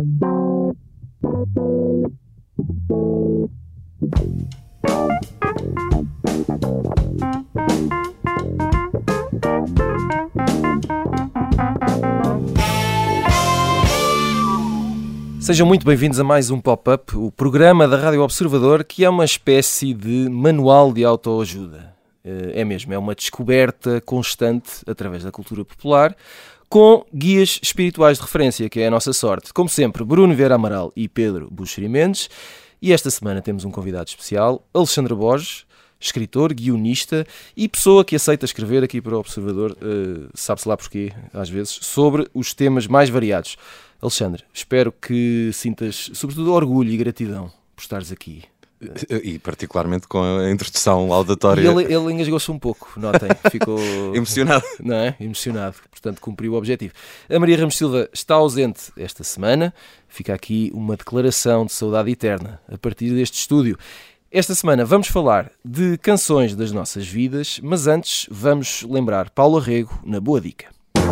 Sejam muito bem-vindos a mais um Pop-Up, o programa da Rádio Observador, que é uma espécie de manual de autoajuda. É mesmo, é uma descoberta constante através da cultura popular, com guias espirituais de referência, que é a nossa sorte. Como sempre, Bruno Vieira Amaral e Pedro Buxeri Mendes. E esta semana temos um convidado especial, Alexandre Borges, escritor, guionista e pessoa que aceita escrever aqui para o Observador, sabe-se lá porquê, às vezes, sobre os temas mais variados. Alexandre, espero que sintas, sobretudo, orgulho e gratidão por estares aqui. E particularmente com a introdução laudatória. E ele engasgou-se um pouco, notem, ficou... Emocionado. Não é? Emocionado, portanto cumpriu o objetivo. A Maria Ramos Silva está ausente esta semana, fica aqui uma declaração de saudade eterna a partir deste estúdio. Esta semana vamos falar de canções das nossas vidas, mas antes vamos lembrar Paulo Arrego na Boa Dica.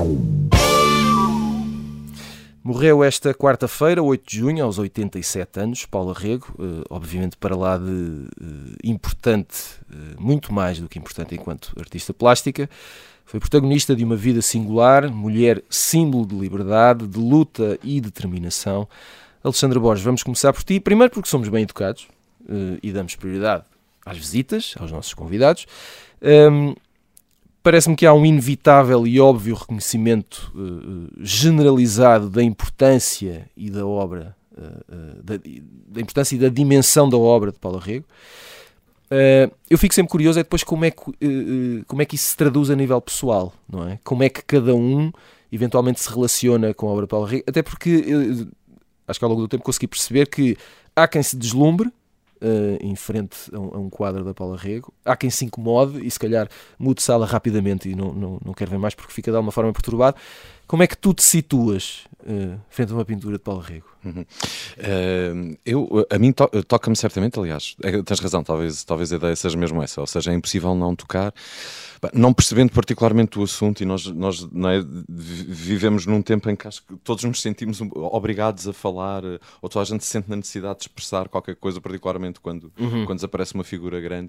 Morreu esta quarta-feira, 8 de junho, aos 87 anos, Paulo Arrego, obviamente para lá de importante, muito mais do que importante enquanto artista plástica. Foi protagonista de uma vida singular, mulher símbolo de liberdade, de luta e determinação. Alexandre Borges, vamos começar por ti, primeiro porque somos bem educados e damos prioridade às visitas, aos nossos convidados. Parece-me que há um inevitável e óbvio reconhecimento generalizado da importância e da obra, da importância e da dimensão da obra de Paulo Arrego. Eu fico sempre curioso é depois como é que isso se traduz a nível pessoal, não é? Como é que cada um eventualmente se relaciona com a obra de Paulo Arrego, até porque acho que ao longo do tempo consegui perceber que há quem se deslumbre em frente a um quadro da Paulo Arrego. Há quem se incomode e se calhar mude de sala rapidamente e não quer ver mais porque fica de alguma forma perturbado. Como é que tu te situas frente a uma pintura de Paulo Arrego? A mim toca-me certamente, aliás, tens razão, talvez a ideia seja mesmo essa, ou seja, é impossível não tocar, não percebendo particularmente o assunto, e nós não é, vivemos num tempo em que acho que todos nos sentimos obrigados a falar, ou toda a gente sente na necessidade de expressar qualquer coisa, particularmente quando desaparece uma figura grande.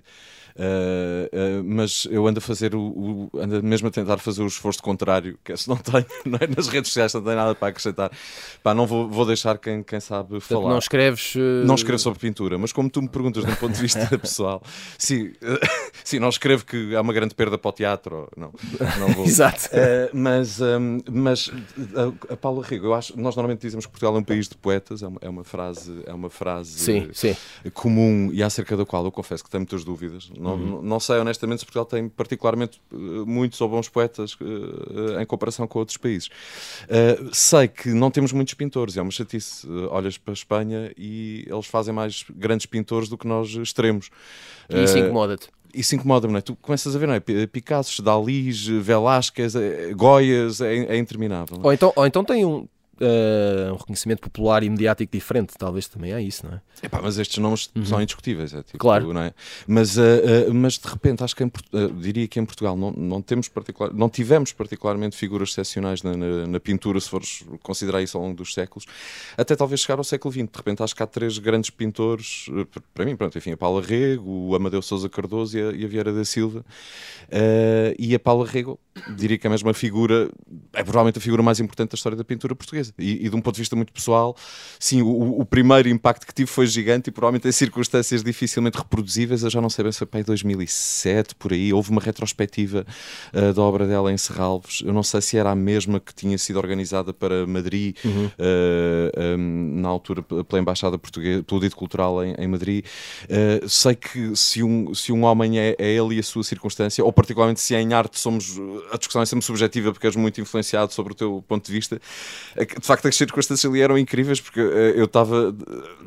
Mas eu ando ando mesmo a tentar fazer o esforço contrário, que não tenho, não é? Nas redes sociais não tenho nada para acrescentar. Não vou deixar quem sabe falar. Portanto, não escreves... Não escrevo sobre pintura, mas como tu me perguntas de um ponto de vista pessoal, sim, não escrevo que há uma grande perda para o teatro, não vou. Exato. Mas a Paulo Arrego, eu acho, nós normalmente dizemos que Portugal é um país de poetas, é uma frase sim. comum e acerca da qual eu confesso que tenho muitas dúvidas. Não sei honestamente se Portugal tem particularmente muitos ou bons poetas em comparação com outros países. Sei que não temos muitos pintores, é uma chatice. Olhas para a Espanha e eles fazem mais grandes pintores do que nós extremos. E isso incomoda-te? Isso incomoda-me, não é? Tu começas a ver, não é? Picassos, Dalis, Velázquez, Goias, é interminável. Ou então tem um reconhecimento popular e mediático diferente, talvez também há isso, não é? Mas estes nomes são indiscutíveis, é tipo, claro. Não é? Mas de repente acho que diria que em Portugal não tivemos particularmente figuras excepcionais na pintura, se fores considerar isso ao longo dos séculos, até talvez chegar ao século XX. De repente acho que há três grandes pintores, para mim, pronto, enfim, a Paulo Arrego, o Amadeu Sousa Cardoso e a Vieira da Silva. E a Paulo Arrego, diria que é mesmo é provavelmente a figura mais importante da história da pintura portuguesa. E de um ponto de vista muito pessoal, sim, o primeiro impacto que tive foi gigante e provavelmente em circunstâncias dificilmente reproduzíveis. Eu já não sei bem se foi para aí 2007, por aí. Houve uma retrospectiva da obra dela em Serralves. Eu não sei se era a mesma que tinha sido organizada para Madrid, na altura pela Embaixada Portuguesa, pelo Dito Cultural em Madrid. Sei que se um homem é ele e a sua circunstância, ou particularmente se é em arte, a discussão é sempre subjetiva porque és muito influenciado sobre o teu ponto de vista. De facto, as circunstâncias ali eram incríveis porque eu estava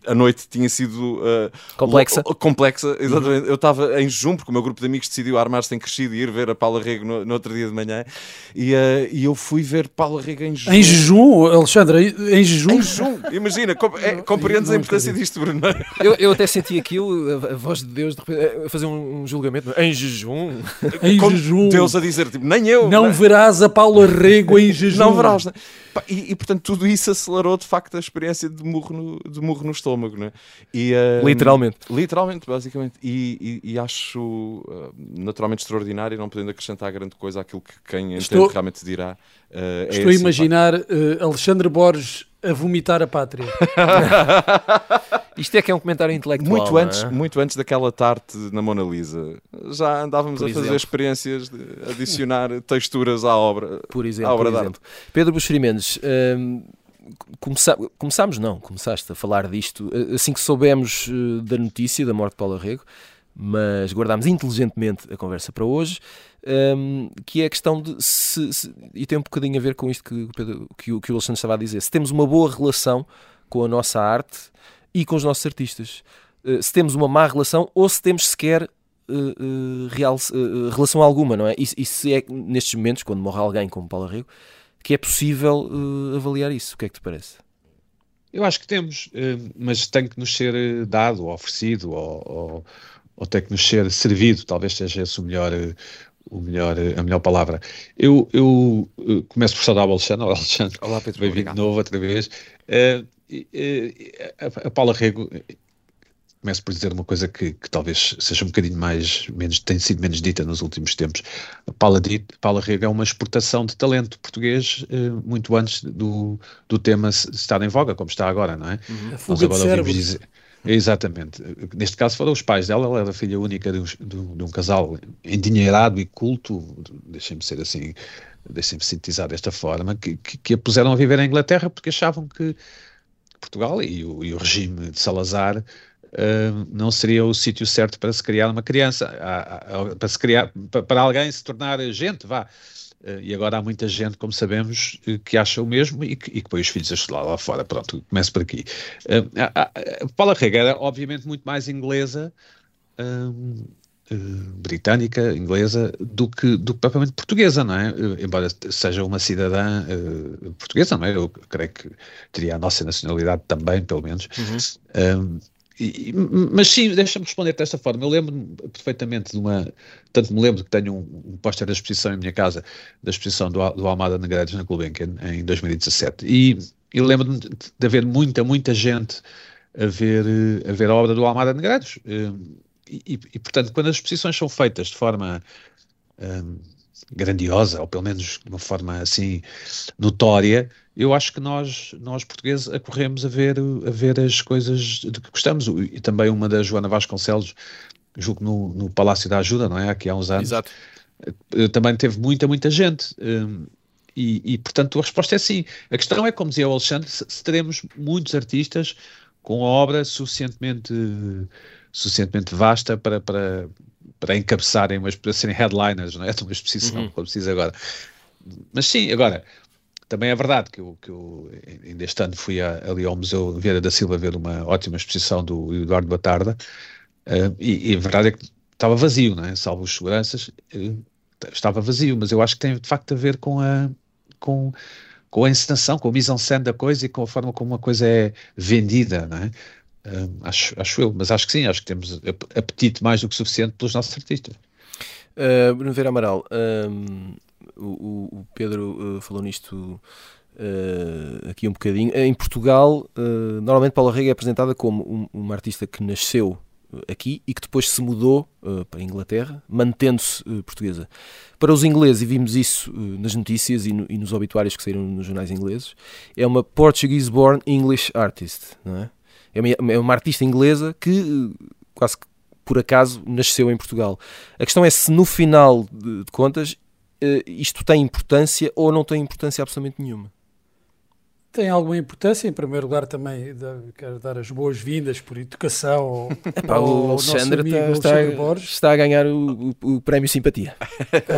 a noite tinha sido complexa, exatamente. Eu estava em jejum, porque o meu grupo de amigos decidiu armar-se em crescido e ir ver a Paula Rego no outro dia de manhã, e eu fui ver Paula Rego em jejum. Em jejum, Alexandre, em jejum? Em jejum, imagina, compreendes a importância disto, Bruno? Eu até senti aquilo, a voz de Deus, de repente, a fazer um julgamento, em jejum. Em jejum. Deus a dizer, tipo, nem eu. Não verás a Paula Rego em jejum. Não verás, né? E portanto tudo isso acelerou de facto a experiência de murro no estômago, né? Literalmente, basicamente, e acho naturalmente extraordinário, não podendo acrescentar grande coisa àquilo que quem entende realmente dirá. Estou a imaginar Alexandre Borges a vomitar a pátria. Isto é que é um comentário intelectual. Muito antes daquela tarte na Mona Lisa, já andávamos a fazer experiências de adicionar texturas à obra. Por exemplo. Pedro Buxeri Mendes, começaste a falar disto assim que soubemos da notícia da morte de Paula Rego, mas guardámos inteligentemente a conversa para hoje, que é a questão de e tem um bocadinho a ver com isto que o Alexandre estava a dizer, se temos uma boa relação com a nossa arte e com os nossos artistas, se temos uma má relação ou se temos sequer relação alguma, não é? E se é nestes momentos, quando morre alguém como Paula Rego, que é possível avaliar isso. O que é que te parece? Eu acho que temos, mas tem que nos ser dado, ou oferecido, ou tem que nos ser servido, talvez seja esse a melhor palavra. Eu começo por saudar o Alexandre. Olá, Pedro, bem-vindo de novo outra vez. A Paula Rego, começo por dizer uma coisa que talvez seja um bocadinho tem sido menos dita nos últimos tempos. A Paula Rego é uma exportação de talento português muito antes do tema estar em voga, como está agora, não é? A fuga de cérebros. Exatamente. Neste caso foram os pais dela, ela era filha única de um casal endinheirado e culto, deixem-me sintetizar desta forma, que a puseram a viver em Inglaterra porque achavam que Portugal e o regime de Salazar não seria o sítio certo para se criar uma criança, para alguém se tornar gente, e agora há muita gente, como sabemos, que acha o mesmo e que põe os filhos a estudar lá fora. Pronto, começo por aqui. A Paula Rego era obviamente muito mais inglesa, britânica, inglesa, do que propriamente portuguesa, não é? Embora seja uma cidadã portuguesa, não é? Eu creio que teria a nossa nacionalidade também, pelo menos. Mas sim, deixa-me responder desta forma. Eu lembro-me perfeitamente tanto me lembro que tenho um póster da exposição em minha casa, da exposição do Almada Negreiros na Gulbenkian em 2017, e lembro-me de haver muita gente a ver a obra do Almada Negreiros, e portanto, quando as exposições são feitas de forma grandiosa, ou pelo menos de uma forma assim notória, eu acho que nós portugueses acorremos a ver as coisas de que gostamos. E também uma da Joana Vasconcelos, julgo no Palácio da Ajuda, não é? Aqui há uns anos. Exato. Também teve muita gente. E portanto a resposta é sim. A questão é, como dizia o Alexandre, se teremos muitos artistas com a obra suficientemente vasta para encabeçarem, para serem headliners, não é? De uma exposição, como se diz agora. Mas sim, agora, também é verdade que eu ainda este ano fui ali ao Museu Vieira da Silva ver uma ótima exposição do Eduardo Batarda, e a verdade é que estava vazio, não é? Salvo os seguranças, estava vazio, mas eu acho que tem de facto a ver com a encenação, com a mise-en-scène da coisa e com a forma como uma coisa é vendida, não é? Acho eu, mas acho que sim, acho que temos apetite mais do que suficiente pelos nossos artistas. Bruno Vieira Amaral, o Pedro falou nisto aqui um bocadinho. Em Portugal, normalmente Paula Rego é apresentada como uma artista que nasceu aqui e que depois se mudou para a Inglaterra, mantendo-se portuguesa. Para os ingleses, e vimos isso nas notícias e nos obituários que saíram nos jornais ingleses, é uma Portuguese-born English artist, não é? É uma artista inglesa que, quase que por acaso, nasceu em Portugal. A questão é se, no final de contas, isto tem importância ou não tem importância absolutamente nenhuma. Tem alguma importância. Em primeiro lugar, também quero dar as boas-vindas por educação ao Alexandre está a ganhar o prémio Simpatia.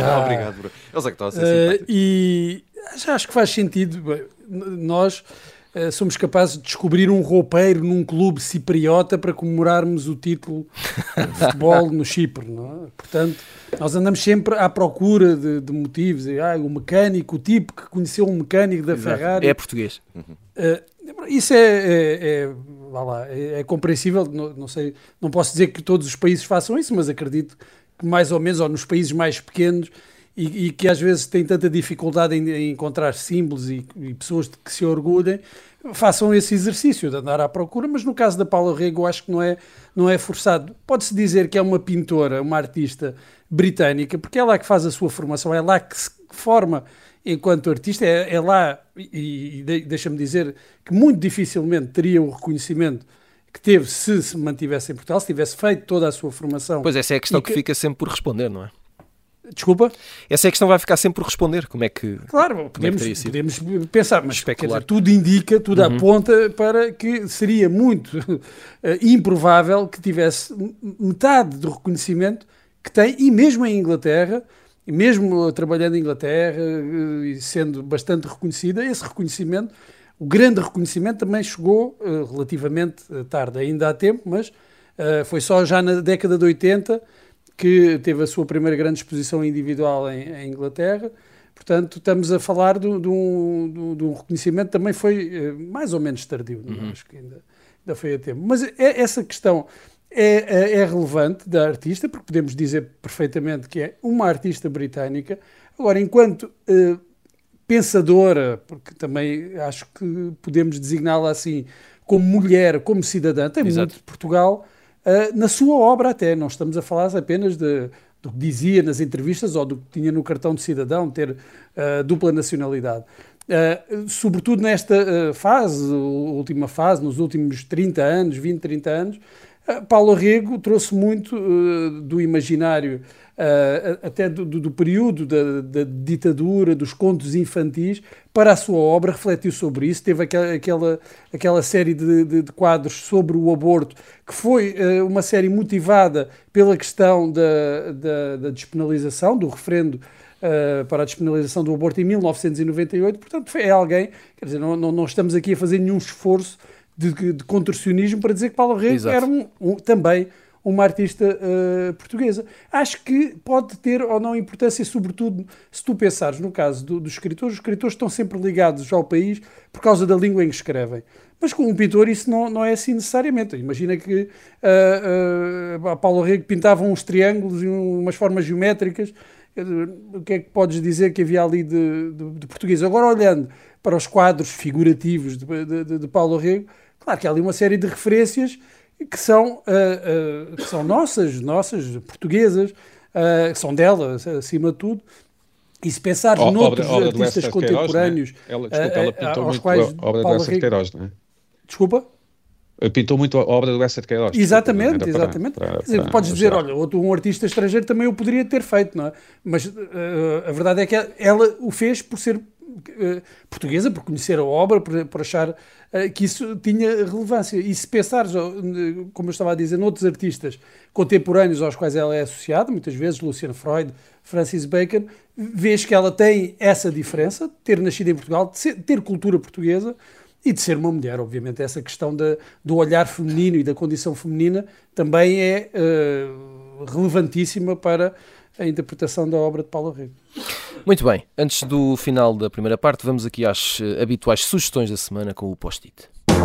Obrigado, Bruno. Eu sei que estou a ser simpático. E acho que faz sentido. Nós somos capazes de descobrir um roupeiro num clube cipriota para comemorarmos o título de futebol no Chipre, não é? Portanto, nós andamos sempre à procura de motivos. O mecânico, o tipo que conheceu um mecânico da Ferrari. É português. Isso é compreensível. Não sei, não posso dizer que todos os países façam isso, mas acredito que mais ou menos, ou nos países mais pequenos, e que às vezes têm tanta dificuldade em encontrar símbolos e pessoas de que se orgulhem, façam esse exercício de andar à procura. Mas no caso da Paula Rego, acho que não é forçado. Pode-se dizer que é uma pintora, uma artista britânica, porque é lá que faz a sua formação, é lá que se forma enquanto artista, é lá, e deixa-me dizer que muito dificilmente teria o reconhecimento que teve se mantivesse em Portugal, se tivesse feito toda a sua formação. Pois essa é a questão que fica sempre por responder, não é? Desculpa? Essa é a questão que vai ficar sempre por responder. Como é que... Claro, podemos pensar, mas quer dizer, tudo indica, tudo aponta para que seria muito improvável que tivesse metade do reconhecimento que tem, e mesmo em Inglaterra, e mesmo trabalhando em Inglaterra e sendo bastante reconhecida, esse reconhecimento, o grande reconhecimento também chegou relativamente tarde. Ainda há tempo, mas foi só já na década de 80 que teve a sua primeira grande exposição individual em Inglaterra. Portanto, estamos a falar de um reconhecimento que também foi mais ou menos tardio. Acho que ainda foi a tempo. Mas essa questão é relevante da artista, porque podemos dizer perfeitamente que é uma artista britânica. Agora, enquanto pensadora, porque também acho que podemos designá-la assim, como mulher, como cidadã, tem muito de Portugal na sua obra até. Não estamos a falar apenas do que dizia nas entrevistas ou do que tinha no cartão de cidadão, ter dupla nacionalidade. Sobretudo nesta última fase, nos últimos 30 anos, 20, 30 anos, Paula Rego trouxe muito do imaginário, até do período da ditadura, dos contos infantis, para a sua obra, refletiu sobre isso, teve aquela série de quadros sobre o aborto, que foi uma série motivada pela questão da despenalização, do referendo para a despenalização do aborto em 1998, portanto é alguém, quer dizer, não estamos aqui a fazer nenhum esforço de contorcionismo para dizer que Paula Rego era também uma artista portuguesa. Acho que pode ter ou não importância, sobretudo se tu pensares no caso dos escritores. Os escritores estão sempre ligados ao país por causa da língua em que escrevem. Mas com um pintor isso não é assim necessariamente. Imagina que a Paula Rego pintava uns triângulos e umas formas geométricas. O que é que podes dizer que havia ali de português? Agora, olhando para os quadros figurativos de Paula Rego, claro que há ali uma série de referências que são nossas, portuguesas, que são dela, acima de tudo. E se pensares noutros artistas contemporâneos, Queiroz, né? Ela pintou aos muito quais a obra do Eça de Queiroz, não é? Desculpa? Pintou muito a obra do Eça de Queiroz. Exatamente. Quer dizer, podes dizer, olha, um artista estrangeiro também o poderia ter feito, não é? Mas a verdade é que ela o fez por ser portuguesa, por conhecer a obra, por achar que isso tinha relevância. E se pensares, como eu estava a dizer, noutros artistas contemporâneos aos quais ela é associada, muitas vezes Luciano Freud, Francis Bacon, vês que ela tem essa diferença, de ter nascido em Portugal, de ter cultura portuguesa e de ser uma mulher. Obviamente essa questão do olhar feminino e da condição feminina também é relevantíssima para a interpretação da obra de Paula Rego. Muito bem, antes do final da primeira parte, vamos aqui às habituais sugestões da semana com o post-it.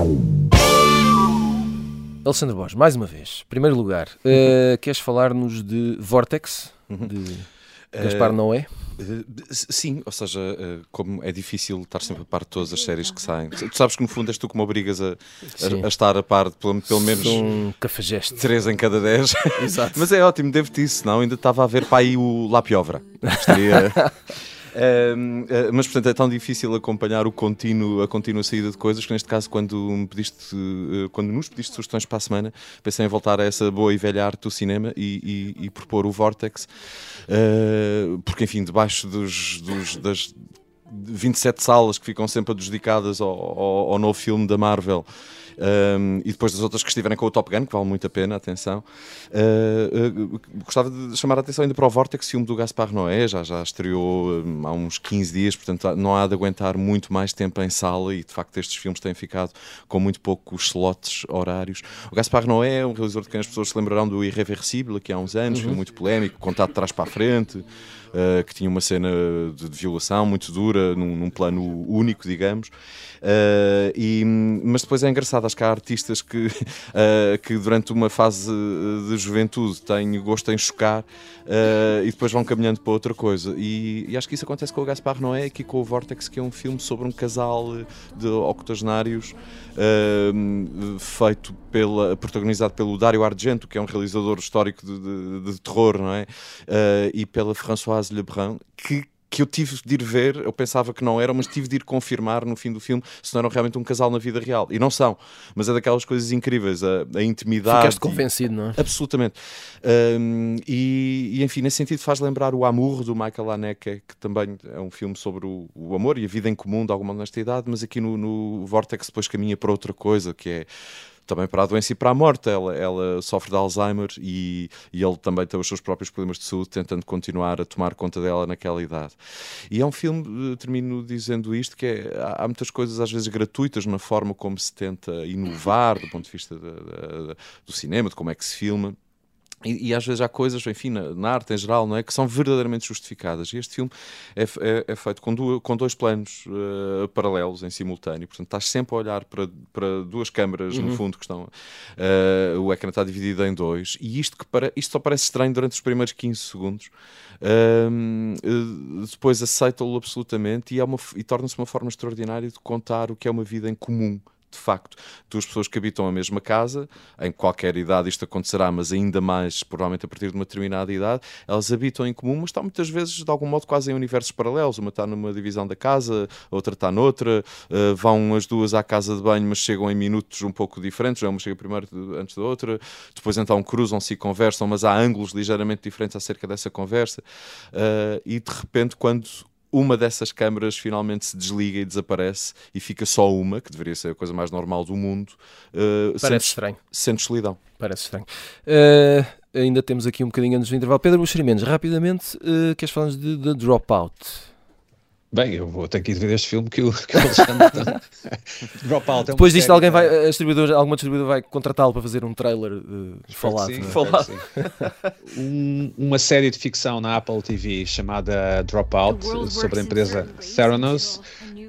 Alexandre Borges, mais uma vez, em primeiro lugar, queres falar-nos de Vortex, de Gaspar Noé? Sim, ou seja, como é difícil estar sempre a par de todas as séries que saem. Tu sabes que no fundo és tu que me obrigas a estar a par de pelo menos um cafajeste. 3 em cada 10. Exato. Mas é ótimo, devo-te isso, senão ainda estava a ver para aí o La Piovra. Gostaria... mas portanto é tão difícil acompanhar a contínua saída de coisas que neste caso quando nos pediste sugestões para a semana, pensei em voltar a essa boa e velha arte do cinema e propor o Vortex, porque enfim, debaixo 27 salas que ficam sempre adjudicadas ao novo filme da Marvel. E depois das outras que estiverem com o Top Gun, que vale muito a pena, atenção. Gostava de chamar a atenção ainda para o Vortex, filme do Gaspar Noé, já estreou há uns 15 dias, portanto não há de aguentar muito mais tempo em sala, e de facto estes filmes têm ficado com muito poucos slots horários. O Gaspar Noé é um realizador de quem as pessoas se lembrarão do Irreversible, aqui há uns anos, filme muito polémico, contado de trás para a frente, que tinha uma cena de violação muito dura, num plano único, digamos. Mas depois é engraçado, acho que há artistas que durante uma fase de juventude têm gosto em chocar e depois vão caminhando para outra coisa, e acho que isso acontece com o Gaspar Noé, aqui com o Vortex, que é um filme sobre um casal de octogenários protagonizado pelo Dario Argento, que é um realizador histórico de terror, não é? E pela Françoise Lebrun, que eu tive de ir ver, eu pensava que não eram, mas tive de ir confirmar no fim do filme se não eram realmente um casal na vida real. E não são, mas é daquelas coisas incríveis, a intimidade. Ficaste convencido, não é? Absolutamente. Enfim, nesse sentido faz lembrar o Amour, do Michael Haneke, que também é um filme sobre o amor e a vida em comum de alguma honestidade, mas aqui no Vortex depois caminha para outra coisa, que é também para a doença e para a morte. Ela sofre de Alzheimer e ele também tem os seus próprios problemas de saúde, tentando continuar a tomar conta dela naquela idade. E é um filme, termino dizendo isto, que há muitas coisas às vezes gratuitas na forma como se tenta inovar do ponto de vista do cinema, de como é que se filma. E às vezes há coisas, enfim, na arte em geral, não é, que são verdadeiramente justificadas. E este filme é feito com dois planos paralelos em simultâneo. Portanto, estás sempre a olhar para duas câmaras, no fundo, que estão... o ecrã está dividido em dois. E isto só parece estranho durante os primeiros 15 segundos. Depois aceita-o absolutamente e torna-se uma forma extraordinária de contar o que é uma vida em comum. De facto, duas pessoas que habitam a mesma casa, em qualquer idade isto acontecerá, mas ainda mais provavelmente a partir de uma determinada idade, elas habitam em comum, mas estão muitas vezes de algum modo quase em universos paralelos. Uma está numa divisão da casa, a outra está noutra, vão as duas à casa de banho, mas chegam em minutos um pouco diferentes, uma chega primeiro antes da outra, depois então cruzam-se e conversam, mas há ângulos ligeiramente diferentes acerca dessa conversa, e de repente quando uma dessas câmaras finalmente se desliga e desaparece e fica só uma, que deveria ser a coisa mais normal do mundo. Parece estranho. Sentes solidão. Parece estranho. Ainda temos aqui um bocadinho antes do intervalo. Pedro Buxeri-Mendes, rapidamente, queres falar-nos de Dropout? Bem, eu vou ter que ir ver este filme que o Alexandre... Dropout. Depois disto, alguma distribuidora vai contratá-lo para fazer um trailer falado. Sim, uma série de ficção na Apple TV chamada Dropout, sobre a empresa Theranos,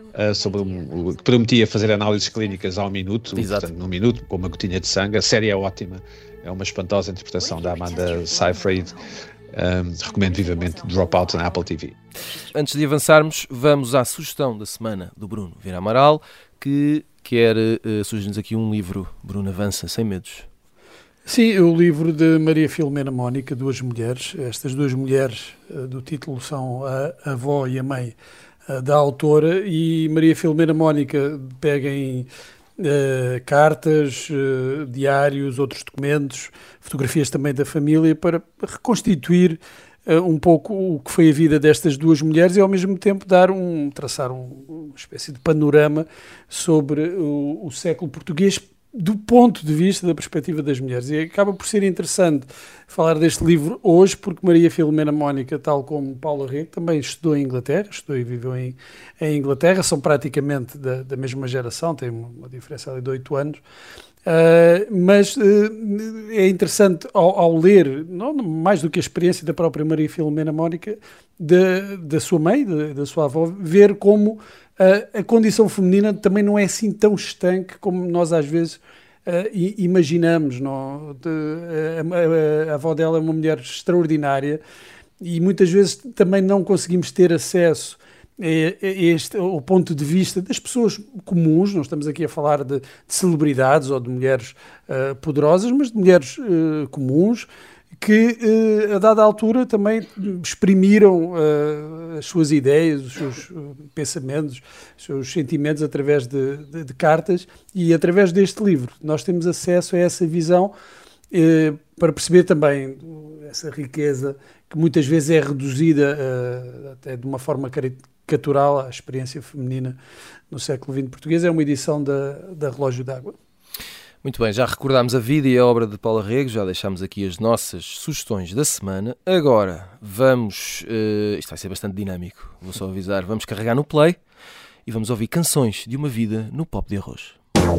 que prometia fazer análises clínicas ao minuto, portanto, num minuto, com uma gotinha de sangue. A série é ótima, é uma espantosa interpretação da Amanda Seyfried. Recomendo vivamente Dropout na Apple TV. Antes de avançarmos, vamos à sugestão da semana do Bruno Vieira Amaral, que quer sugerir-nos aqui um livro. Bruno, avança, sem medos. Sim, o livro de Maria Filomena Mónica, Duas Mulheres. Estas duas mulheres do título são a avó e a mãe da autora, e Maria Filomena Mónica pega em cartas, diários, outros documentos, fotografias também da família, para reconstituir um pouco o que foi a vida destas duas mulheres e ao mesmo tempo traçar uma espécie de panorama sobre o século português do ponto de vista da perspectiva das mulheres. E acaba por ser interessante falar deste livro hoje, porque Maria Filomena Mónica, tal como Paula Rego, também estudou em Inglaterra, estudou e viveu em Inglaterra, são praticamente da mesma geração, tem uma diferença ali de 8 anos, mas é interessante ao ler, não mais do que a experiência da própria Maria Filomena Mónica, da sua mãe, da sua avó, ver como a condição feminina também não é assim tão estanque como nós às vezes imaginamos. Não? A avó dela é uma mulher extraordinária e muitas vezes também não conseguimos ter acesso ao ponto de vista das pessoas comuns. Não estamos aqui a falar de celebridades ou de mulheres poderosas, mas de mulheres comuns que a dada altura também exprimiram as suas ideias, os seus pensamentos, os seus sentimentos através de cartas, e através deste livro nós temos acesso a essa visão para perceber também essa riqueza que muitas vezes é reduzida até de uma forma caricatural à experiência feminina no século XX português. É uma edição da Relógio d'Água. Muito bem, já recordámos a vida e a obra de Paula Rego, já deixámos aqui as nossas sugestões da semana. Agora vamos, isto vai ser bastante dinâmico, vou só avisar, vamos carregar no play e vamos ouvir canções de uma vida no pop de arroz.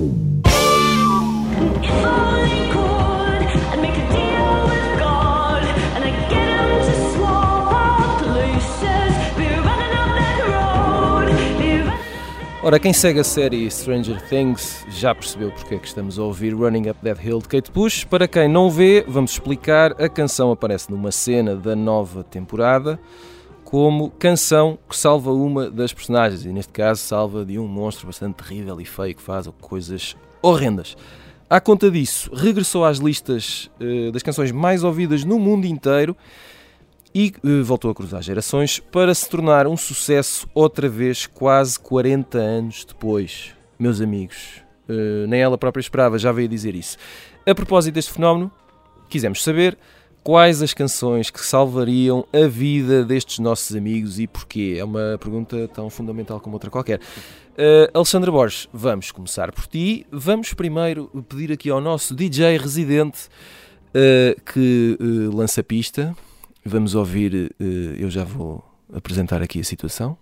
Ora, quem segue a série Stranger Things já percebeu porque é que estamos a ouvir Running Up That Hill de Kate Bush. Para quem não vê, vamos explicar. A canção aparece numa cena da nova temporada como canção que salva uma das personagens. E neste caso salva de um monstro bastante terrível e feio que faz coisas horrendas. À conta disso, regressou às listas das canções mais ouvidas no mundo inteiro e voltou a cruzar gerações para se tornar um sucesso outra vez quase 40 anos depois. Meus amigos, nem ela própria esperava, já veio dizer isso. A propósito deste fenómeno, quisemos saber quais as canções que salvariam a vida destes nossos amigos e porquê. É uma pergunta tão fundamental como outra qualquer. Alexandra Borges, vamos começar por ti. Vamos primeiro pedir aqui ao nosso DJ residente que lança pista. Vamos ouvir, eu já vou apresentar aqui a situação.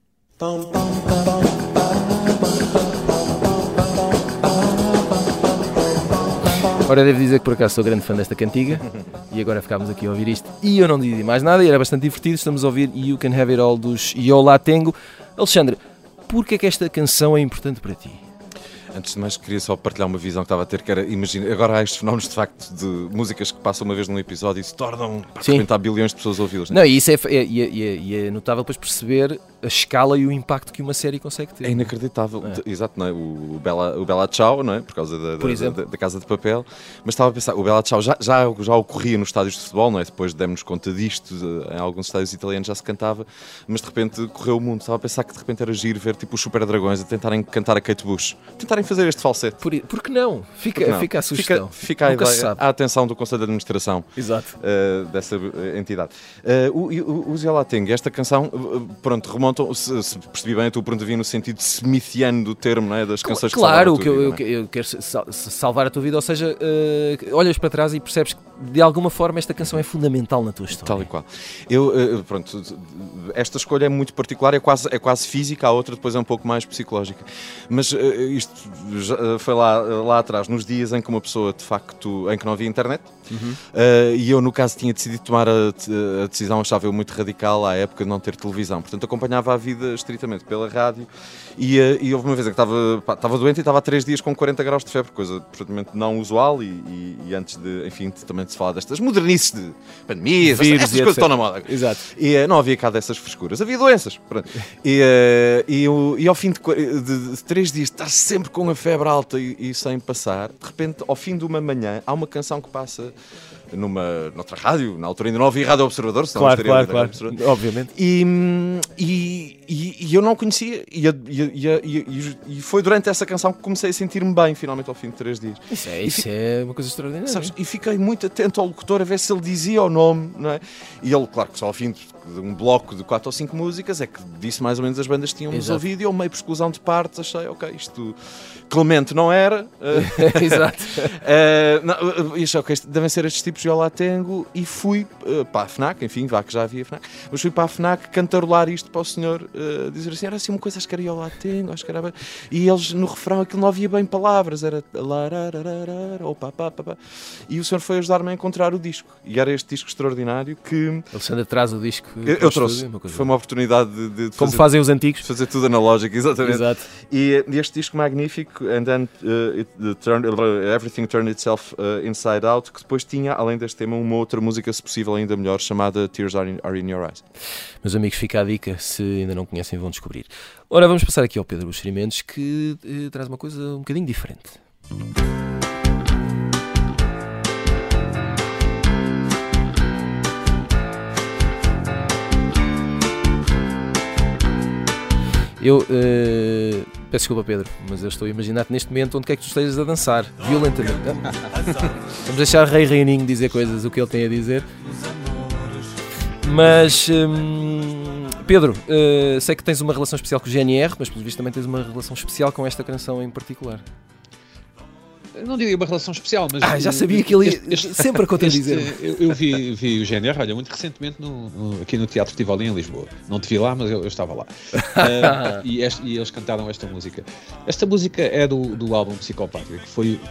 Ora, devo dizer que por acaso sou grande fã desta cantiga e agora ficámos aqui a ouvir isto e eu não dizia mais nada e era bastante divertido. Estamos a ouvir You Can Have It All dos Yo La Tengo. Alexandre, porquê é que esta canção é importante para ti? Antes de mais, queria só partilhar uma visão que estava a ter, que era, imagina, agora há estes fenómenos de facto de músicas que passam uma vez num episódio e se tornam, de repente há bilhões de pessoas a ouvi-las. Não, e isso é notável depois perceber a escala e o impacto que uma série consegue ter. É inacreditável, exato, não é? O Bella Ciao, não é? Por causa da Casa de Papel, mas estava a pensar, o Bella Ciao já ocorria nos estádios de futebol, não é? Depois demos-nos conta disto, em alguns estádios italianos já se cantava, mas de repente correu o mundo. Estava a pensar que de repente era giro ver tipo os Super Dragões a tentarem cantar a Kate Bush, tentarem fazer este falsete. Por que não? Fica a sugestão. Fica a ideia, a atenção do Conselho de Administração. Exato. Dessa entidade. O Yo La Tengo, esta canção, pronto, remontam, se percebi bem, a tua pergunta vinha no sentido smithiano do termo, não é? Das canções que salvaram a tua vida. Claro, eu quero salvar a tua vida, ou seja, olhas para trás e percebes que de alguma forma esta canção é fundamental na tua história. Tal e qual. Pronto, esta escolha é muito particular, é quase física, a outra depois é um pouco mais psicológica. Mas isto já foi lá atrás, nos dias em que uma pessoa, de facto, em que não havia internet, e eu, no caso, tinha decidido tomar a decisão, achava eu muito radical à época de não ter televisão. Portanto, acompanhava a vida estritamente pela rádio e houve uma vez em que estava doente e estava há 3 dias com 40 graus de febre, coisa absolutamente não usual e antes de, enfim, também de se falar destas modernices de pandemias, estas coisas estão na moda. Exato. E não havia cá dessas frescuras, havia doenças. Pronto. E ao fim de 3 dias, estar sempre com a febre alta e sem passar, de repente, ao fim de uma manhã, há uma canção que passa noutra rádio, na altura ainda não havia Rádio Observador, senão claro, obviamente. E eu não conhecia, e foi durante essa canção que comecei a sentir-me bem, finalmente, ao fim de 3 dias. Isso é uma coisa extraordinária. Sabes, e fiquei muito atento ao locutor a ver se ele dizia o nome, não é? E ele, claro que só ao fim de um bloco de 4 ou 5 músicas é que disse mais ou menos as bandas que tínhamos ouvido e eu, meio por exclusão de partes, achei, ok, isto Clemente não era. Exato. E achei, ok, devem ser estes tipos de Yo La Tengo, e fui para a FNAC, enfim, vá que já havia FNAC, mas fui para a FNAC cantarolar isto para o senhor, dizer assim, era assim uma coisa, acho que era Yo La Tengo, acho que era bem. E eles no refrão aquilo não havia bem palavras, era ou pá, e o senhor foi ajudar-me a encontrar o disco, e era este disco extraordinário que... Alexandre traz o disco. Eu trouxe, foi uma oportunidade de como fazem os antigos, fazer tudo analógico, exatamente. Exato. E este disco magnífico, and then Everything Turned Itself Inside Out, que depois tinha, além deste tema, uma outra música, se possível ainda melhor, chamada Tears Are in Your Eyes. Meus amigos, fica a dica, se ainda não conhecem vão descobrir. Ora, vamos passar aqui ao Pedro Buxeri Mendes, que traz uma coisa um bocadinho diferente. Eu peço desculpa, Pedro, mas eu estou a imaginar-te neste momento onde quer que tu estejas a dançar, violentamente. Vamos deixar Rei Reininho dizer coisas, o que ele tem a dizer. Mas Pedro, sei que tens uma relação especial com o GNR, mas pelo visto também tens uma relação especial com esta canção em particular. Não diria uma relação especial, mas... já sabia que ele ia sempre a contradizer. Eu vi o GNR, olha, muito recentemente aqui no Teatro Tivoli em Lisboa. Não te vi lá, mas eu estava lá. E eles cantaram esta música. Esta música é do álbum Psicopática, que foi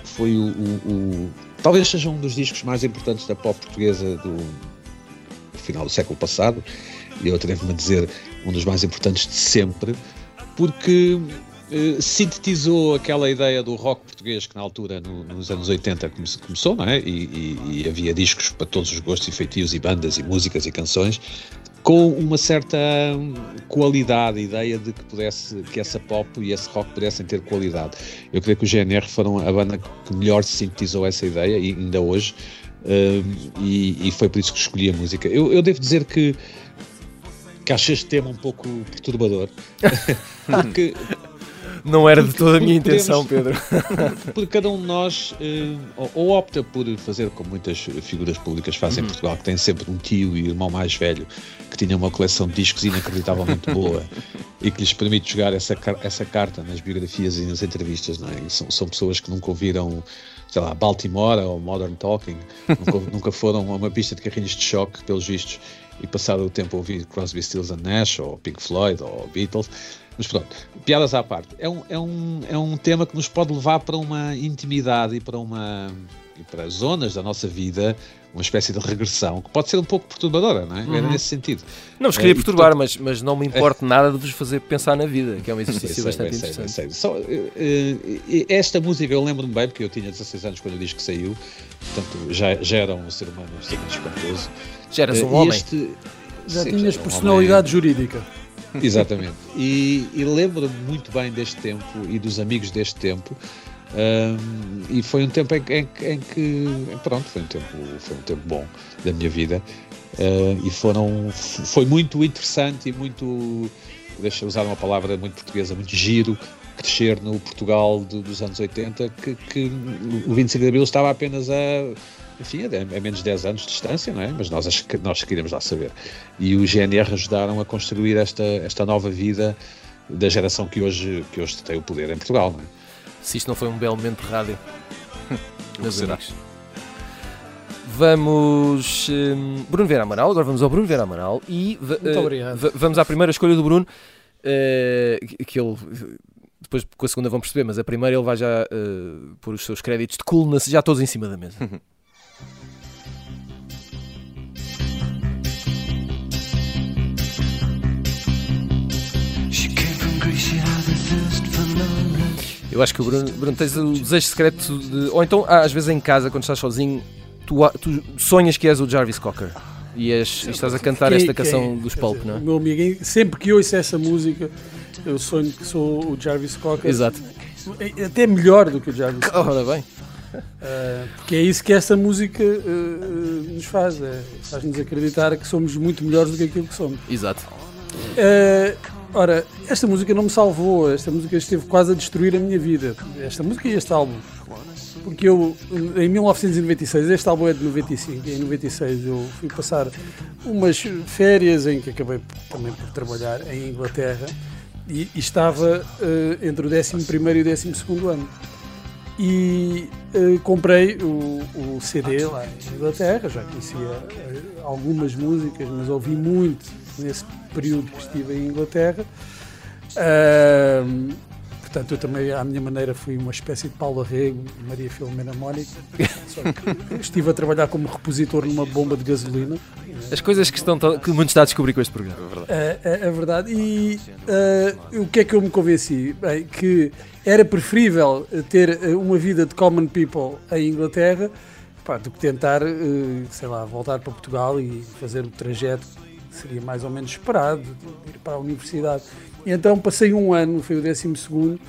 talvez seja um dos discos mais importantes da pop portuguesa do final do século passado, e eu atrevo-me a dizer um dos mais importantes de sempre, porque sintetizou aquela ideia do rock português que na altura, nos anos 80 começou, não é? E havia discos para todos os gostos e feitios e bandas e músicas e canções, com uma certa qualidade, a ideia de que essa pop e esse rock pudessem ter qualidade. Eu creio que o GNR foram a banda que melhor sintetizou essa ideia, e ainda hoje, e foi por isso que escolhi a música. Eu devo dizer que acho este tema um pouco perturbador, porque... Não era de toda a minha intenção, Pedro. Porque cada um de nós ou opta por fazer como muitas figuras públicas fazem em Portugal, que tem sempre um tio e irmão mais velho que tinha uma coleção de discos inacreditavelmente boa e que lhes permite jogar essa carta nas biografias e nas entrevistas, não é? E são pessoas que nunca ouviram, sei lá, Baltimore ou Modern Talking, nunca foram a uma pista de carrinhos de choque, pelos vistos, e passaram o tempo a ouvir Crosby, Stills and Nash ou Pink Floyd ou Beatles. Mas pronto, piadas à parte, é um tema que nos pode levar para uma intimidade e para zonas da nossa vida, uma espécie de regressão, que pode ser um pouco perturbadora, não é? Era nesse sentido. Não vos queria perturbar, mas não me importa nada de vos fazer pensar na vida, que é um exercício bastante interessante. Esta música eu lembro-me bem, porque eu tinha 16 anos quando o disco saiu, portanto já era um ser humano extremamente espantoso. Já eras um homem. Já tinhas personalidade jurídica. Exatamente. E lembro-me muito bem deste tempo e dos amigos deste tempo. E foi um tempo em que pronto, foi um tempo bom da minha vida, e foi muito interessante e muito, deixa eu usar uma palavra muito portuguesa, muito giro, crescer no Portugal dos anos 80, que o 25 de Abril estava apenas a menos de 10 anos de distância, não é? Mas nós queríamos lá saber. E o GNR ajudaram a construir esta nova vida da geração que hoje tem o poder em Portugal, não é? Se isto não foi um belo momento de rádio, meus amigos. Vamos... Bruno Vieira Amaral, agora vamos ao Bruno Vieira Amaral e muito obrigado. Vamos à primeira escolha do Bruno, que ele... Depois com a segunda vão perceber, mas a primeira ele vai já pôr os seus créditos de coolness já todos em cima da mesa. Eu acho que o Bruno tens o desejo secreto de... Ou então, às vezes em casa, quando estás sozinho, tu sonhas que és o Jarvis Cocker e estás a cantar esta canção dos Pulp, não é? Meu amigo, sempre que ouço essa música, eu sonho que sou o Jarvis Cocker. Exato. Até melhor do que o Jarvis Cocker. Ora bem. Porque é isso que esta música nos faz-nos acreditar que somos muito melhores do que aquilo que somos. Exato. Ora, esta música não me salvou, esta música esteve quase a destruir a minha vida, esta música e este álbum, porque eu, em 1996, este álbum é de 95, e em 96 eu fui passar umas férias em que acabei também por trabalhar em Inglaterra, e estava entre o 11º e o 12º ano. E comprei o CD lá em Inglaterra, já conhecia algumas músicas, mas ouvi muito nesse período que estive em Inglaterra. Portanto, eu também, à minha maneira, fui uma espécie de Paulo Arrego e Maria Filomena Mónica. Só que estive a trabalhar como repositor numa bomba de gasolina. As coisas que o mundo está a descobrir com este programa. É verdade. E o que é que eu me convenci? Bem, que era preferível ter uma vida de common people em Inglaterra, do que tentar, sei lá, voltar para Portugal e fazer o trajeto que seria mais ou menos esperado, de ir para a universidade. E então passei um ano, foi o 12º,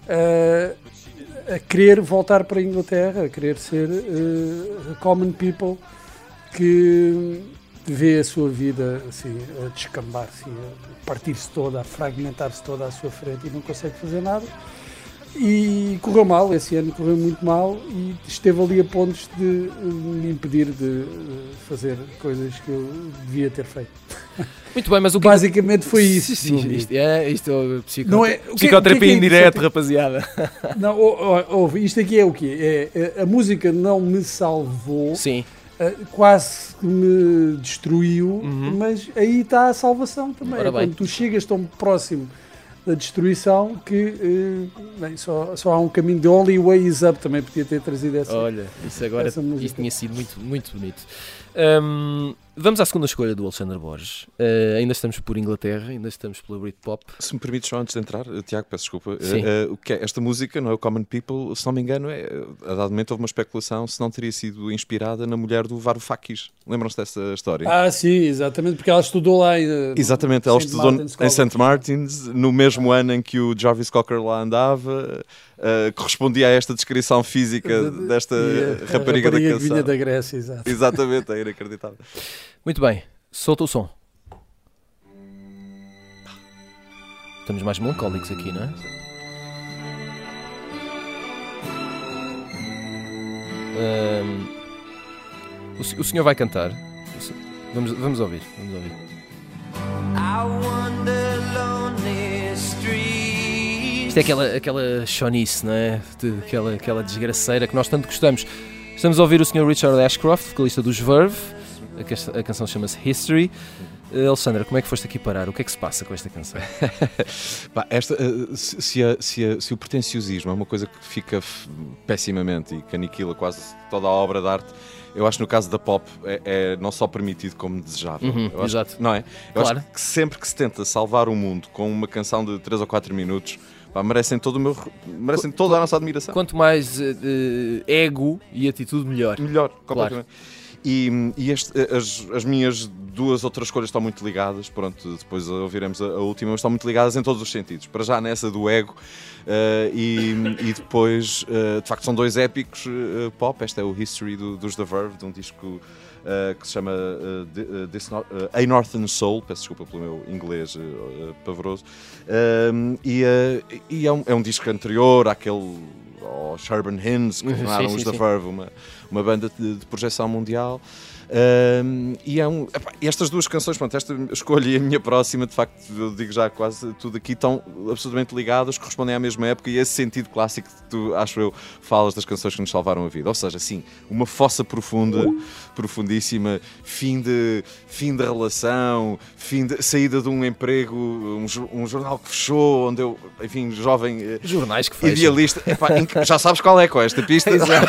a querer voltar para a Inglaterra, a querer ser a common people que vê a sua vida assim, a descambar-se, a partir-se toda, a fragmentar-se toda à sua frente e não consegue fazer nada. E correu mal, esse ano correu muito mal e esteve ali a pontos de me impedir de fazer coisas que eu devia ter feito. Muito bem, mas o que basicamente foi isso. Sim, isto é não psicoterapia em direto, rapaziada. Não, isto aqui é o quê? A música não me salvou. Sim. Quase que me destruiu, mas aí está a salvação também. Quando tu chegas tão próximo da destruição que só há um caminho. The Only Way Is Up, também podia ter trazido essa. Olha, isso agora isto tinha sido muito, muito bonito. Vamos à segunda escolha do Alexandre Borges. Ainda estamos por Inglaterra, ainda estamos pela Britpop. Se me permites só antes de entrar, Tiago, peço desculpa. O que é esta música, não é o Common People, se não me engano, a dado momento houve uma especulação se não teria sido inspirada na mulher do Varoufakis. Lembram-se dessa história? Sim, exatamente, porque ela estudou lá. Exatamente, ela estudou em St. Martin's, no mesmo ano em que o Jarvis Cocker lá andava. Correspondia a esta descrição física desta rapariga da canção. Que vinha da Grécia, exato. Exatamente, é inacreditável. Muito bem, solta o som. Estamos mais melancólicos aqui, não é? O senhor vai cantar. Vamos ouvir. Isto é aquela chonice, não é? Aquela desgraceira que nós tanto gostamos. Estamos a ouvir o Sr. Richard Ashcroft, vocalista dos Verve. A canção chama-se History. Alexandra, como é que foste aqui parar? O que é que se passa com esta canção? Se o pretenciosismo é uma coisa que fica pessimamente e que aniquila quase toda a obra de arte, eu acho que no caso da pop é não só permitido como desejável. Exato. Não é? Eu acho que sempre que se tenta salvar o mundo com uma canção de 3 ou 4 minutos, merecem toda a nossa admiração. Quanto mais ego e atitude, melhor. Melhor, completamente. Claro. E as minhas duas outras escolhas estão muito ligadas, pronto, depois ouviremos a última, mas estão muito ligadas em todos os sentidos. Para já nessa do ego e depois, de facto, são dois épicos pop. Este é o History dos The Verve, de um disco que se chama A Northern Soul, peço desculpa pelo meu inglês pavoroso, é um disco anterior àquele Sherborne Hymns, que formaram os The Verve, uma banda de projeção mundial. E estas duas canções, pronto, esta escolha e a minha próxima, de facto, eu digo já quase tudo aqui, estão absolutamente ligadas, correspondem à mesma época e esse sentido clássico que tu, acho eu, falas das canções que nos salvaram a vida. Ou seja, sim, uma fossa profunda, profundíssima, fim de relação, saída de um emprego, um jornal que fechou, onde eu, enfim, jovem jornais que fecham. Idealista, já sabes qual é com esta pista.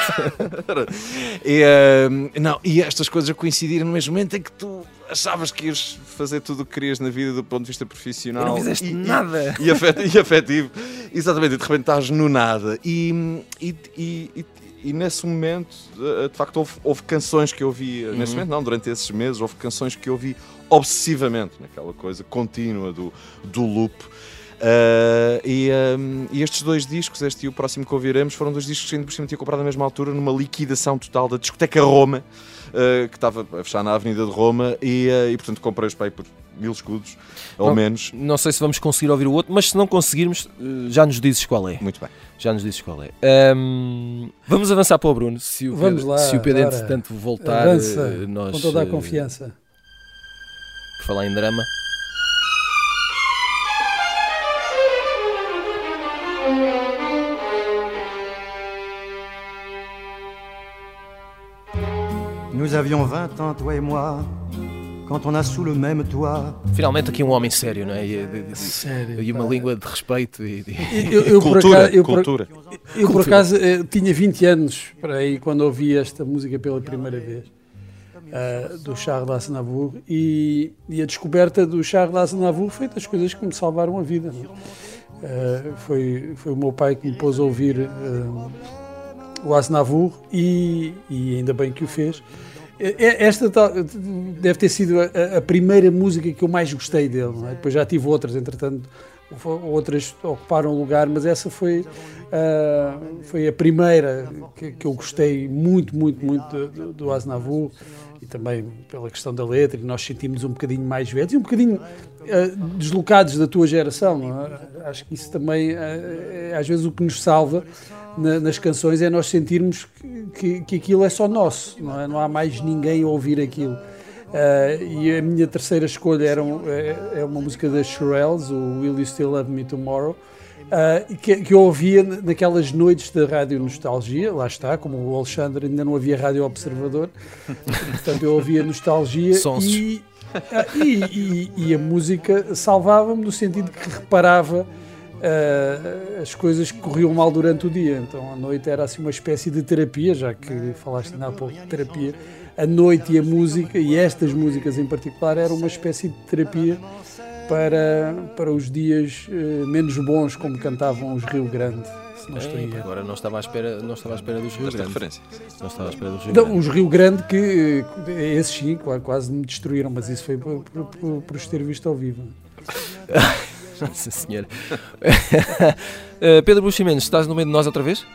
E estas coisas coincidiram no mesmo momento em que tu achavas que ias fazer tudo o que querias na vida do ponto de vista profissional. E não fizeste nada. E afetivo. Exatamente, e de repente estás no nada. E nesse momento, de facto, houve canções que eu ouvi, nesse momento não, durante esses meses, houve canções que eu ouvi obsessivamente, naquela coisa contínua do loop. E estes dois discos, este e o próximo que ouviremos, foram dois discos que ainda por cima tinha comprado na mesma altura, numa liquidação total da discoteca Roma, que estava a fechar na Avenida de Roma, e portanto comprei-os para aí por 1000 escudos, ou menos. Não sei se vamos conseguir ouvir o outro, mas se não conseguirmos, já nos dizes qual é. Muito bem. Já nos dizes qual é. Vamos avançar para o Bruno, se o Pedro entretanto voltar. Nós, com toda a confiança. Por falar em drama. Nous avions 20 ans, toi et moi, quand on a sous le même toit. Finalmente aqui um homem sério, não é? Sério, e uma língua de respeito. Cultura. Eu por acaso tinha 20 anos para aí quando ouvi esta música pela primeira vez, do Charles Aznavour, e a descoberta do Charles Aznavour foi das coisas que me salvaram a vida. Foi o meu pai que me pôs a ouvir o Aznavour e ainda bem que o fez. Esta deve ter sido a primeira música que eu mais gostei dele, não é? Depois já tive outras, entretanto outras ocuparam lugar, mas essa foi a primeira que eu gostei muito do Aznavour, e também pela questão da letra, e nós sentimos um bocadinho mais velhos e um bocadinho deslocados da tua geração, não é? Acho que isso também às vezes o que nos salva nas canções é nós sentirmos que aquilo é só nosso, não é? Não há mais ninguém a ouvir aquilo. E a minha terceira escolha é uma música das Shirelles, o Will You Still Love Me Tomorrow, que eu ouvia naquelas noites da Rádio Nostalgia. Lá está, como o Alexandre ainda não havia Rádio Observador, portanto eu ouvia Nostalgia e a música salvava-me no sentido que reparava as coisas que corriam mal durante o dia. Então a noite era assim uma espécie de terapia, já que falaste ainda há pouco de terapia. A noite e a música, e estas músicas em particular, eram uma espécie de terapia para os dias menos bons, como cantavam os Rio Grande. Se não estou em erro. Agora não estava à espera dos Rio Grande. Referência. Não estava à espera dos Rio Grande. Os Rio Grande, que esses sim, quase me destruíram, mas isso foi por os ter visto ao vivo. Nossa Senhora. Pedro Buxo Mendes, estás no meio de nós outra vez?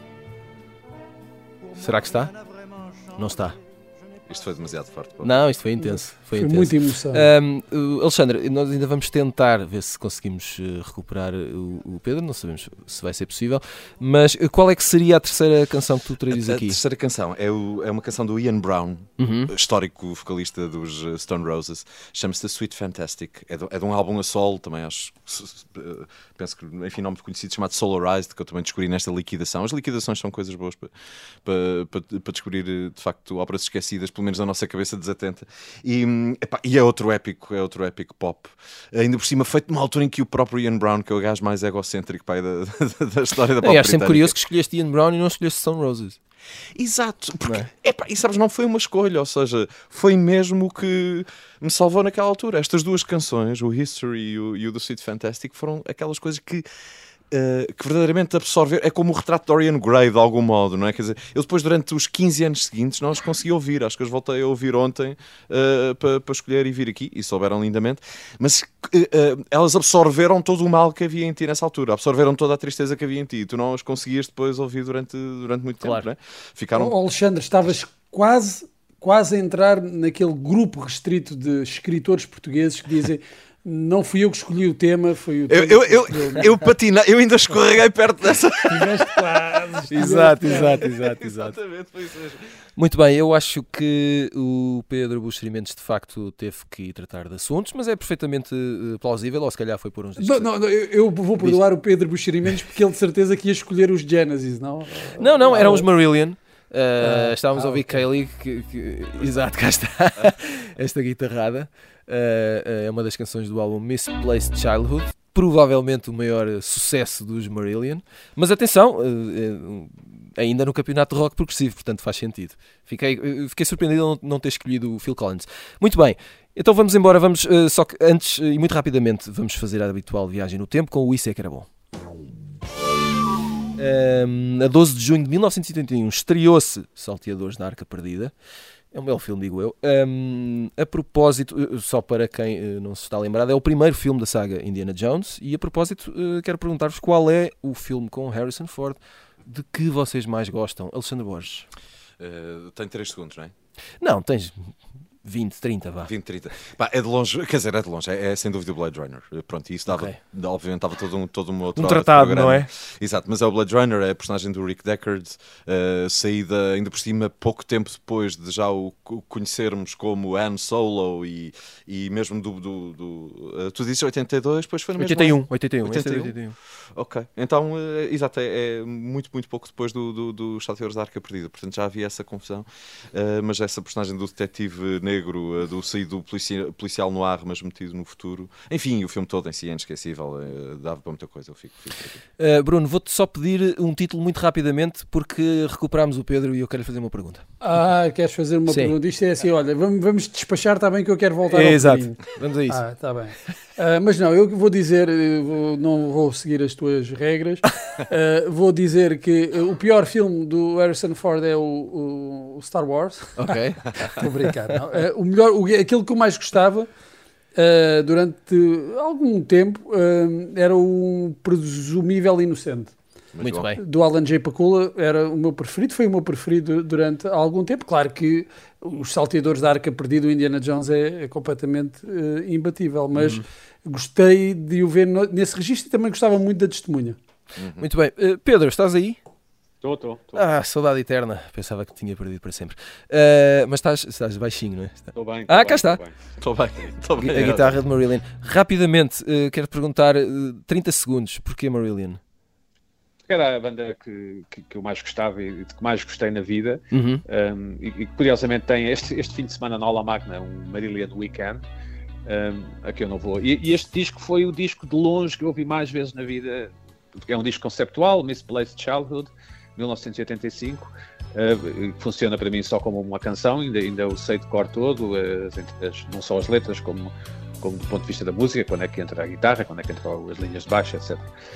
Será que está? Não está. Isto foi demasiado forte. Não, isto foi intenso. Foi muita emoção. Alexandre, nós ainda vamos tentar ver se conseguimos recuperar o Pedro, não sabemos se vai ser possível, mas qual é que seria a terceira canção que tu trarias aqui? A terceira canção é uma canção do Ian Brown, histórico vocalista dos Stone Roses, chama-se The Sweet Fantastic, é de um álbum a solo, também penso que, enfim, nome conhecido, chamado Solarized, que eu também descobri nesta liquidação. As liquidações são coisas boas para descobrir, de facto, obras esquecidas, pelo menos na nossa cabeça desatenta. E é outro épico pop. Ainda por cima, feito numa altura em que o próprio Ian Brown, que é o gajo mais egocêntrico da história da pop acho sempre curioso que escolheste Ian Brown e não escolheste Stone Roses. Exato, porque, e sabes, não foi uma escolha, ou seja, foi mesmo o que me salvou naquela altura. Estas duas canções, o History e o The Sweet Fantastic, foram aquelas coisas que verdadeiramente absorver, é como o retrato de Dorian Gray de algum modo, não é? Quer dizer, eu depois durante os 15 anos seguintes não os consegui ouvir, acho que os voltei a ouvir ontem para escolher e vir aqui, e souberam lindamente, mas elas absorveram todo o mal que havia em ti nessa altura, absorveram toda a tristeza que havia em ti, e tu não as conseguias depois ouvir durante muito tempo, não é? Ficaram... Alexandre, estavas quase a entrar naquele grupo restrito de escritores portugueses que dizem: não fui eu que escolhi o tema, foi o tema. Eu patinei, eu ainda escorreguei perto dessa. Estiveste quase. Exato. Exatamente, foi isso mesmo. Muito bem, eu acho que o Pedro Buxo Mendes de facto teve que ir tratar de assuntos, mas é perfeitamente plausível, ou se calhar foi por uns discos. Não, eu vou perdoar o Pedro Buxo Mendes porque ele de certeza que ia escolher os Genesis, não? Não, eram os Marillion. Estávamos a ouvir Kaylee, exato, cá está, esta guitarrada. É uma das canções do álbum Misplaced Childhood, provavelmente o maior sucesso dos Marillion, mas atenção, ainda no campeonato de rock progressivo, portanto faz sentido. Fiquei surpreendido de não ter escolhido o Phil Collins. Muito bem, então vamos embora, só que antes, e muito rapidamente, vamos fazer a habitual viagem no tempo com o Isso é que era bom. A 12 de junho de 1981 estreou-se Salteadores da Arca Perdida. É um belo filme, digo eu. A propósito, só para quem não se está lembrado, é o primeiro filme da saga Indiana Jones. E a propósito, quero perguntar-vos qual é o filme com Harrison Ford de que vocês mais gostam. Alexandre Borges. Tenho 3 segundos, não é? Não, tens 20, 30, vá. 20, 30. É de longe, quer dizer, é sem dúvida o Blade Runner. Pronto, e isso dava, obviamente, dava todo um outro tratado, não é? Exato, mas é o Blade Runner, é a personagem do Rick Deckard, saída ainda por cima pouco tempo depois de já o conhecermos como Han Solo e mesmo tu dizes 82, depois foi no mesmo 81. Ok, então, exato, é muito pouco depois do Salteadores da Arca Perdida, portanto já havia essa confusão, mas essa personagem do detetive negro, do saído policial no ar, mas metido no futuro, enfim, o filme todo em si é inesquecível, dava para muita coisa, eu fico Bruno, vou-te só pedir um título muito rapidamente, porque recuperámos o Pedro e eu quero fazer uma pergunta. Queres fazer uma pergunta? Isto é assim, olha, vamos despachar, está bem que eu quero voltar ao exato, vamos a isso. Está bem. Mas não, eu vou dizer, não vou seguir as tuas regras, vou dizer que o pior filme do Harrison Ford é o Star Wars. Ok. Estou a brincar, não. O melhor, aquele que eu mais gostava durante algum tempo, era o Presumível Inocente. Muito bem. Do Alan J. Pakula era o meu preferido, foi o meu preferido durante algum tempo. Claro que Os Salteadores da Arca Perdida, o Indiana Jones, é completamente imbatível, mas gostei de o ver nesse registro e também gostava muito da Testemunha. Muito bem. Pedro, estás aí? Estou. Ah, saudade eterna. Pensava que tinha perdido para sempre. Mas estás baixinho, não é? Estou bem. Cá está. Estou bem. A guitarra de Marillion. Rapidamente, quero perguntar, 30 segundos, porquê Marillion? Era a banda que eu mais gostava e de que mais gostei na vida. E curiosamente tem este fim de semana na Aula Magna um Marillion Weekend, a que eu não vou. E este disco foi o disco de longe que eu ouvi mais vezes na vida, porque é um disco conceptual, Misplaced Childhood, 1985. Funciona para mim só como uma canção, ainda o sei de cor todo, não só as letras, como do ponto de vista da música, quando é que entra a guitarra, quando é que entram as linhas de baixo, etc.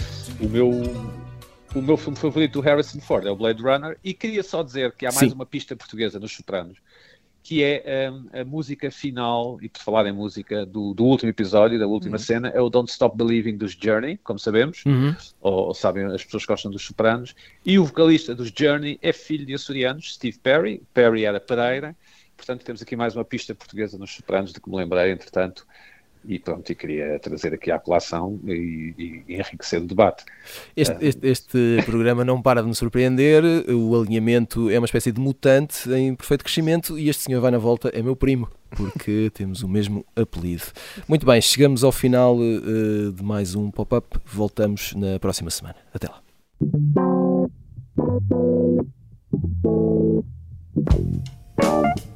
O meu filme favorito do Harrison Ford é o Blade Runner, e queria só dizer que há mais uma pista portuguesa nos Sopranos, que é a música final, e por falar em música, do último episódio, da última cena, é o Don't Stop Believing dos Journey, como sabemos, ou sabem as pessoas que gostam dos Sopranos, e o vocalista dos Journey é filho de açorianos, Steve Perry. Perry era Pereira, portanto temos aqui mais uma pista portuguesa nos Sopranos, de que me lembrei, entretanto. E pronto, e queria trazer aqui à colação e enriquecer o debate. Este programa não para de me surpreender. O alinhamento é uma espécie de mutante em perfeito crescimento, e este senhor vai na volta é meu primo, porque temos o mesmo apelido. Muito bem, chegamos ao final de mais um Pop-Up. Voltamos na próxima semana. Até lá.